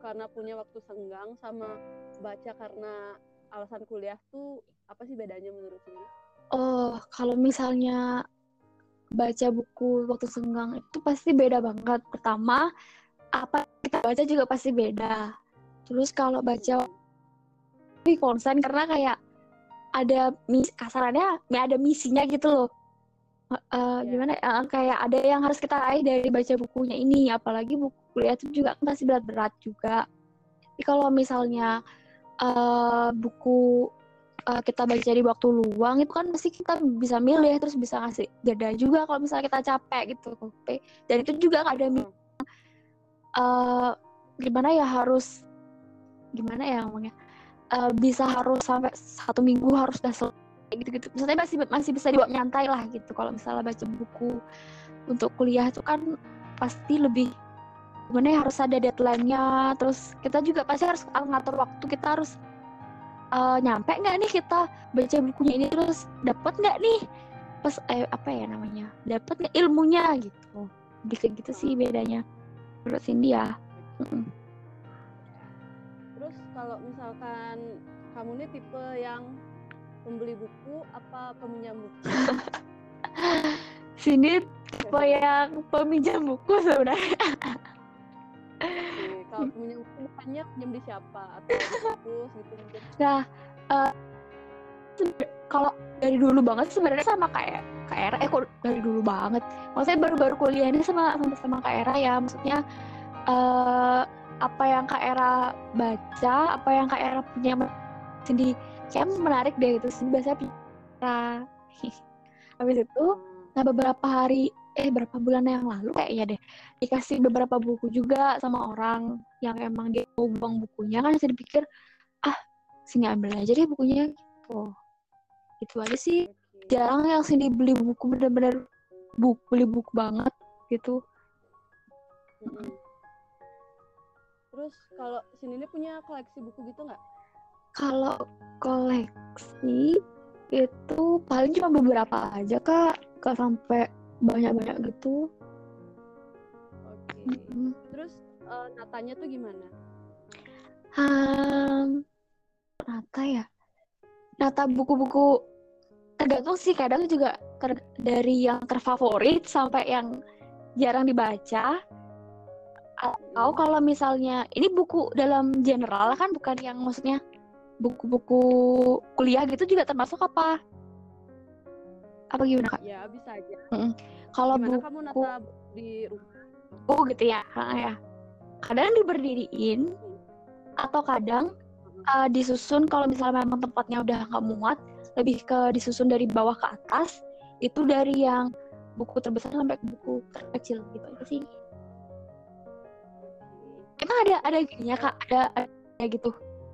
karena punya waktu senggang sama baca karena alasan kuliah tuh apa sih bedanya menurut Cindy? Oh, kalau misalnya baca buku waktu senggang itu pasti beda banget. Pertama, apa yang kita baca juga pasti beda. Terus kalau baca lebih konsen karena kayak ada mis kasarannya ya ada misinya gitu loh. Uh, uh, Ya. gimana uh, kayak ada yang harus kita raih dari baca bukunya ini, apalagi buku kuliah itu juga kan pasti berat-berat juga. Tapi kalau misalnya uh, buku uh, kita baca di waktu luang itu kan pasti kita bisa milih, terus bisa ngasih jeda juga kalau misalnya kita capek gitu. Dan itu juga ada uh, gimana ya harus gimana ya ngomongnya uh, bisa harus sampai satu minggu harus udah selesai gitu-gitu. Maksudnya masih masih bisa dibawa nyantai lah gitu. Kalau misalnya baca buku untuk kuliah itu kan pasti lebih gimana ya, harus ada deadline-nya. Terus kita juga pasti harus ngatur waktu, kita harus uh, nyampe nggak nih kita baca bukunya ini, terus dapat nggak nih pas eh, apa ya namanya dapat nggak ilmunya gitu. Lebih kayak gitu sih bedanya menurut Cindy ya. Mm-mm. Terus kalau misalkan kamu nih tipe yang pembeli buku apa peminjam buku? Cindy tipe yang peminjam buku sebenarnya. Oke, kalau peminjam buku bukannya pinjam di siapa atau di kampus gitu mungkin? Nah, uh, kalau dari dulu banget sebenarnya sama kayak Kak Era, eh kok dari dulu banget. Maksudnya baru-baru kuliah ini sama sama sama Kak Era ya, maksudnya uh, apa yang Kak Era baca, apa yang Kak Era punya sendiri kayak menarik deh itu sih biasanya pindah. Habis itu nah beberapa hari eh berapa bulan yang lalu kayaknya deh dikasih beberapa buku juga sama orang yang emang dia mau buang bukunya kan, saya dipikir ah sini ambil aja deh bukunya gitu. Itu aja sih. Okay. Jarang yang sini beli buku bener-bener buku beli buku banget gitu. Mm-hmm. Terus kalau sini ini punya koleksi buku gitu nggak? Kalau koleksi itu paling cuma beberapa aja Kak, nggak sampai banyak-banyak gitu. Oke. Okay. Mm-hmm. Terus uh, natanya tuh gimana? Hmm, nata ya. Nata buku-buku tergantung sih, kadang juga ter- dari yang terfavorit sampai yang jarang dibaca. Atau mm. kalau misalnya ini buku dalam general kan, bukan yang maksudnya buku-buku kuliah gitu juga termasuk apa? Apa gimana Kak? Ya bisa aja. Mm-mm. Kalau gimana buku kamu nata di rumah? Oh gitu ya, ha, ya. Kadang diberdiriin hmm. atau kadang uh, disusun kalau misalnya memang tempatnya udah nggak muat, lebih ke disusun dari bawah ke atas. Itu dari yang buku terbesar sampai ke buku terkecil gitu itu sih. Emang ada ada gininya Kak, ada ada gitu.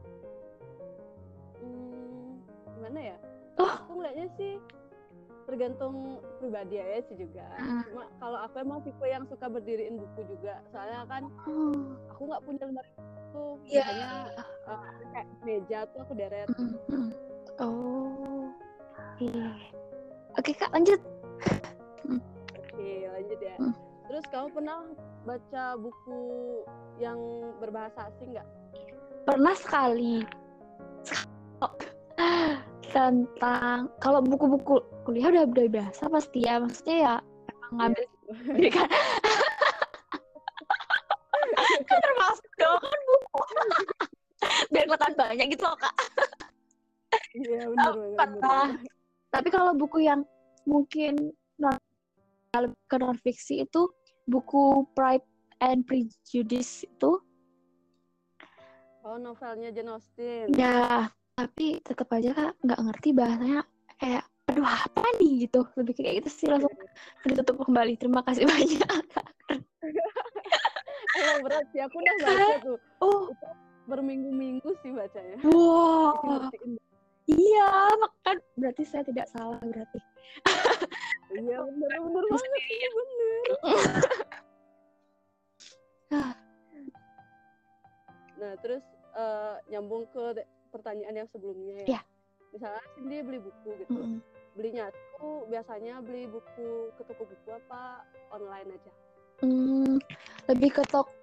Hmm, gimana ya? Oh. Aku ngeliatnya sih tergantung pribadi ya sih juga. Hmm. Cuma kalau aku emang tipe yang suka berdiriin buku juga. Soalnya kan oh. aku nggak punya lemari buku. Yeah. Biasanya uh, kayak meja tuh aku deret. Mm-hmm. Oh. Yeah. Oke Kak, lanjut. Oke, lanjut ya. Mm. Terus kamu pernah baca buku yang berbahasa asing nggak? Pernah sekali. Tentang kalau buku-buku kuliah udah udah biasa pasti ya, maksudnya ya emang ngambil yeah. kan kan termasuk dong kan buku biar kelihatan banyak gitu loh Kak. Iya benar benar. Tapi kalau buku yang mungkin non ke non fiksi itu buku Pride and Prejudice itu. Oh, novelnya Jane Austen. Ya, tapi tetap aja Kak nggak ngerti bahasanya, kayak aduh apa nih gitu, lebih kayak gitu sih, langsung ditutup kembali. Terima kasih banyak. Emang berat sih, aku udah baca tuh. Oh, itu berminggu-minggu sih bacanya. Wow. Iya, makan berarti saya tidak salah berarti. Iya benar benar banget sih, benar. Nah, terus uh, nyambung ke pertanyaan yang sebelumnya ya. Yeah. Misalnya Cindy beli buku gitu. Mm-hmm. Belinya tuh biasanya beli buku ke toko buku apa online aja? Hmm, lebih ke toko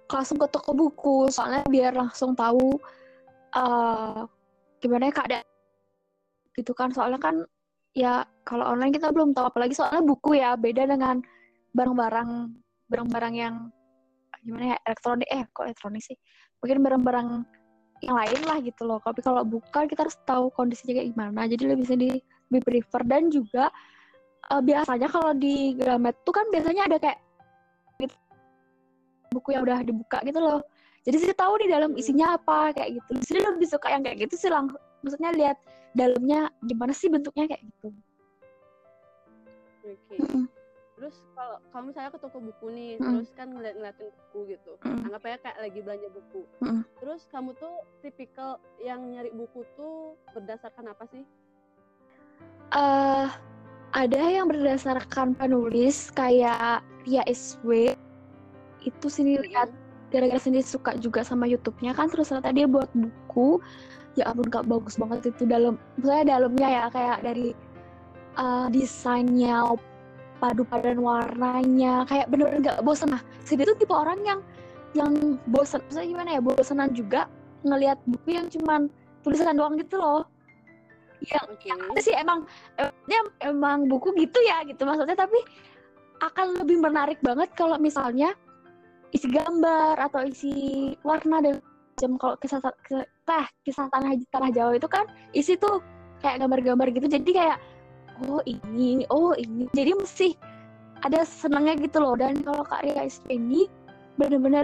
langsung ke toko buku, soalnya biar langsung tahu uh, gimana ya keadaan gitu kan. Soalnya kan ya kalau online kita belum tahu, apalagi soalnya buku ya beda dengan barang-barang barang-barang yang gimana ya elektronik eh kok elektronik sih, mungkin barang-barang yang lain lah gitu loh. Tapi kalau bukan kita harus tahu kondisinya kayak gimana, jadi lebih sendiri lebih prefer. Dan juga uh, biasanya kalau di Gramet tuh kan biasanya ada kayak gitu, buku yang udah dibuka gitu loh, jadi sih tahu di dalam isinya apa kayak gitu. Jadi lebih suka yang kayak gitu sih, langsung maksudnya lihat dalamnya gimana sih bentuknya kayak gitu. Oke. Okay. Terus kalau kamu misalnya ke toko buku nih, mm. terus kan ngeliat-ngeliatin buku gitu, mm. anggap aja kayak lagi belanja buku. Mm. Terus kamu tuh tipikal yang nyari buku tuh berdasarkan apa sih? Uh, ada yang berdasarkan penulis kayak Ria S W, itu sini lihat gara-gara sendiri suka juga sama YouTube-nya kan, terus ternyata dia buat buku, ya ampun Kak, bagus banget itu dalam, misalnya dalamnya ya kayak dari uh, desainnya, padu padan warnanya, kayak bener-bener nggak bosan. Nah, Cindy tuh tipe orang yang yang bosan, maksudnya gimana ya, bosanan juga ngelihat buku yang cuman tulisan doang gitu loh. Yang, okay. yang sih emang emang, emang buku gitu ya gitu maksudnya, tapi akan lebih menarik banget kalau misalnya isi gambar atau isi warna dan macam. Kalau kisah kisah, kisah tanah tanah Jawa itu kan isi tuh kayak gambar-gambar gitu, jadi kayak oh ini, oh ini, jadi mesti ada senangnya gitu loh. Dan kalau Kak Ria S W ini bener-bener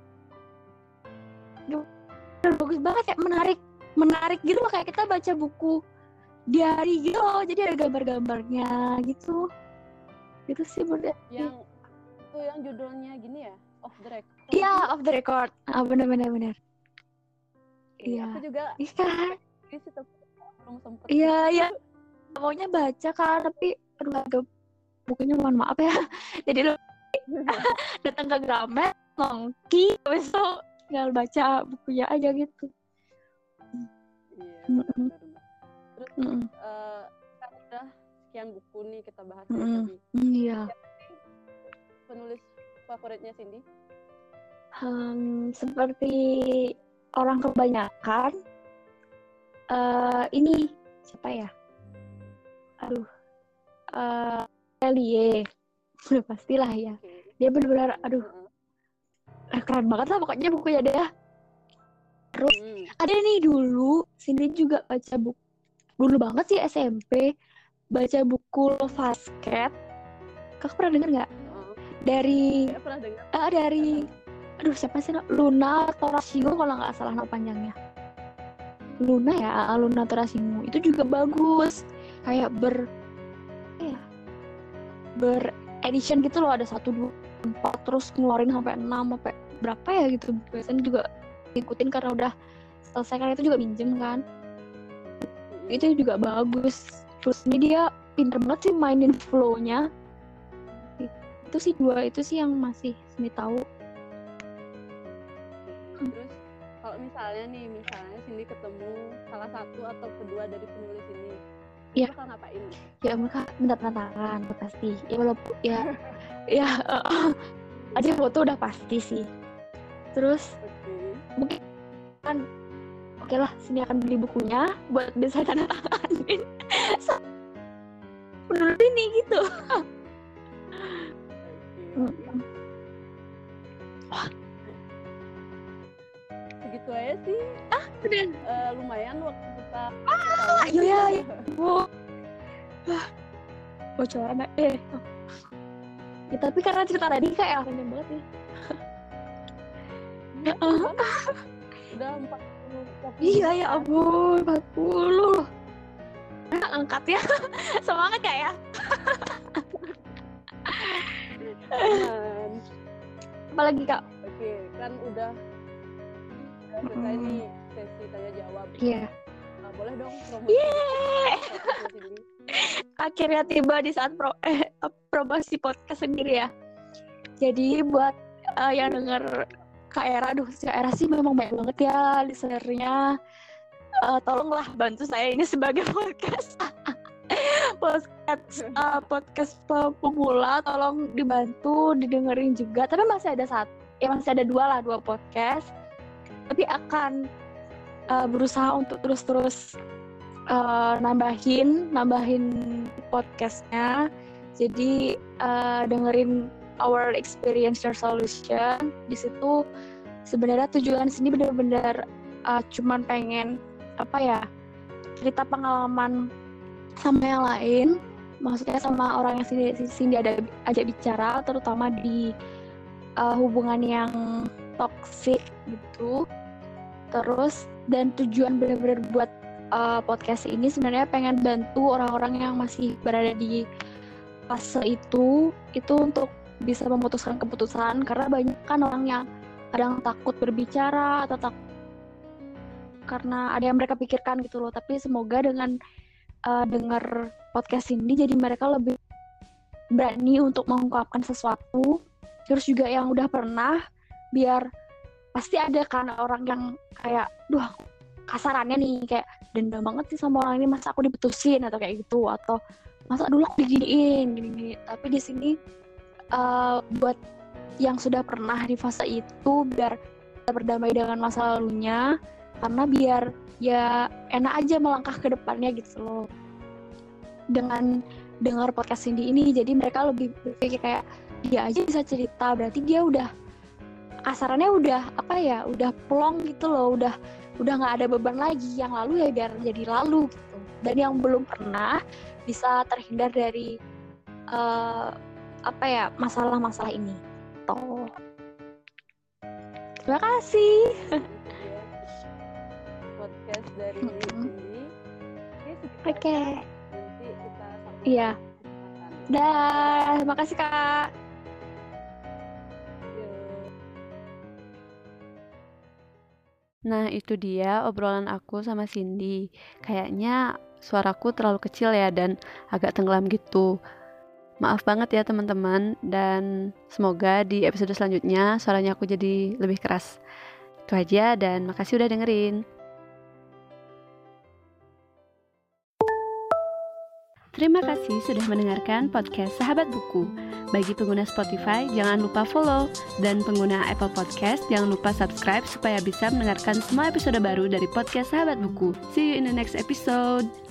bagus banget, kayak menarik, menarik gitu loh, kayak kita baca buku diary gitu loh, jadi ada gambar-gambarnya gitu. Itu sih bener. Yang itu yang judulnya gini ya, Off the Record. Iya, Off the Record. Ah, bener-bener bener. Iya. Aku juga. Iya. Belum sempet. Iya, iya. Maunya baca kan, tapi aduh gak ada bukunya, mohon maaf ya. Jadi lu datang ke Gramet, nongki, besok tinggal baca bukunya aja gitu. Iya, benar-benar. Terus mm. uh, kan udah sekian buku nih kita bahas mm. tadi. Iya. Penulis favoritnya Cindy? Hmm, seperti orang kebanyakan, uh, ini siapa ya? Aduh, uh, Elie, udah pastilah ya. Okay. Dia benar-benar, aduh, uh-huh. keren banget lah pokoknya bukunya dia. Terus hmm. ada nih dulu, Cindy juga baca buku, dulu banget sih S M P, baca buku Love Basket. Kakak pernah denger nggak? Uh-huh. Dari, ya, pernah dengar. Uh, dari, uh-huh. aduh siapa sih? Luna Torashimo kalau nggak salah nama panjangnya. Luna ya, Luna Torashimo. Itu juga bagus. Kayak ber ya ber edition gitu loh, ada satu dua empat terus ngeluarin sampai enam sampai berapa ya gitu. Biasanya juga ngikutin karena udah selesai kan, itu juga minjem kan. Itu juga bagus. Terus ini dia pinter banget sih mainin flow-nya. Itu sih dua itu sih yang masih Cindy tahu. Terus kalau misalnya nih, misalnya Cindy ketemu salah satu atau kedua dari penulis ini, ya, bakal ngapain? Ya mereka minta tanda tangan pasti. Ya walaupun ya ya uh, aja foto udah pasti sih. Terus okay. mungkin kan oke okay lah, sini akan beli bukunya buat bisa tanda tanganin. Penulis ini gitu. Okay. Wah. Segitu aja sih. Ah, udah. Uh, lumayan waktu kita. Ah, iya ya. ya. Bu. Wah. Bocoran eh. Ya tapi karena cerita tadi kayak panjang banget ya. Udah empat puluh. Iya ya ampun, empat puluh. Nah, angkat ya. Semangat Kak ya. Apalagi Kak? Oke, kan udah udah selesai mm. nih sesi tanya jawab. Iya. Yeah. Nah, boleh dong promosi. Yeah. Akhirnya tiba di saat pro eh, promosi podcast sendiri ya. Jadi buat uh, yang denger Kak Era, aduh Kak Era sih memang banyak banget ya listenernya. Uh, tolonglah bantu saya ini sebagai podcast podcast uh, podcast pemula, tolong dibantu didengerin juga. Tapi masih ada satu ya masih ada dua lah, dua podcast, tapi akan uh, berusaha untuk terus-terus uh, nambahin, nambahin podcastnya. Jadi uh, dengerin Our Experience Your Solution. Di situ sebenarnya tujuan sini benar-benar uh, cuman pengen apa ya, cerita pengalaman sama yang lain, maksudnya sama orang yang sini, sini ada ajak bicara, terutama di uh, hubungan yang toksik gitu. Terus dan tujuan benar-benar buat uh, podcast ini sebenarnya pengen bantu orang-orang yang masih berada di fase itu itu untuk bisa memutuskan keputusan, karena banyak kan orang yang kadang takut berbicara atau takut karena ada yang mereka pikirkan gitu loh. Tapi semoga dengan uh, dengar podcast ini jadi mereka lebih berani untuk mengungkapkan sesuatu. Terus juga yang udah pernah, biar pasti ada kan orang yang kayak, duh kasarannya nih kayak dendam banget sih sama orang ini, masa aku diputusin atau kayak gitu, atau masa dulu aku diginiin gini-gini. Tapi di sini uh, buat yang sudah pernah di fase itu biar berdamai dengan masa lalunya, karena biar ya enak aja melangkah ke depannya gitu loh dengan dengar podcast Cindy ini. Jadi mereka lebih berpikir kayak dia aja bisa cerita, berarti dia udah kasarannya udah apa ya, udah plong gitu loh, udah udah nggak ada beban lagi. Yang lalu ya biar jadi lalu gitu. Dan yang belum pernah bisa terhindar dari uh, apa ya, masalah-masalah ini. Toh. Terima kasih. Podcast dari Cindy. Oke. Okay. Nanti kita sambung. Iya. Dah, terima kasih Kak. Nah, itu dia obrolan aku sama Cindy. Kayaknya suaraku terlalu kecil ya dan agak tenggelam gitu. Maaf banget ya teman-teman, dan semoga di episode selanjutnya suaranya aku jadi lebih keras. Itu aja, dan makasih udah dengerin. Terima kasih sudah mendengarkan podcast Sahabat Buku. Bagi pengguna Spotify, jangan lupa follow. Dan pengguna Apple Podcast, jangan lupa subscribe supaya bisa mendengarkan semua episode baru dari podcast Sahabat Buku. See you in the next episode.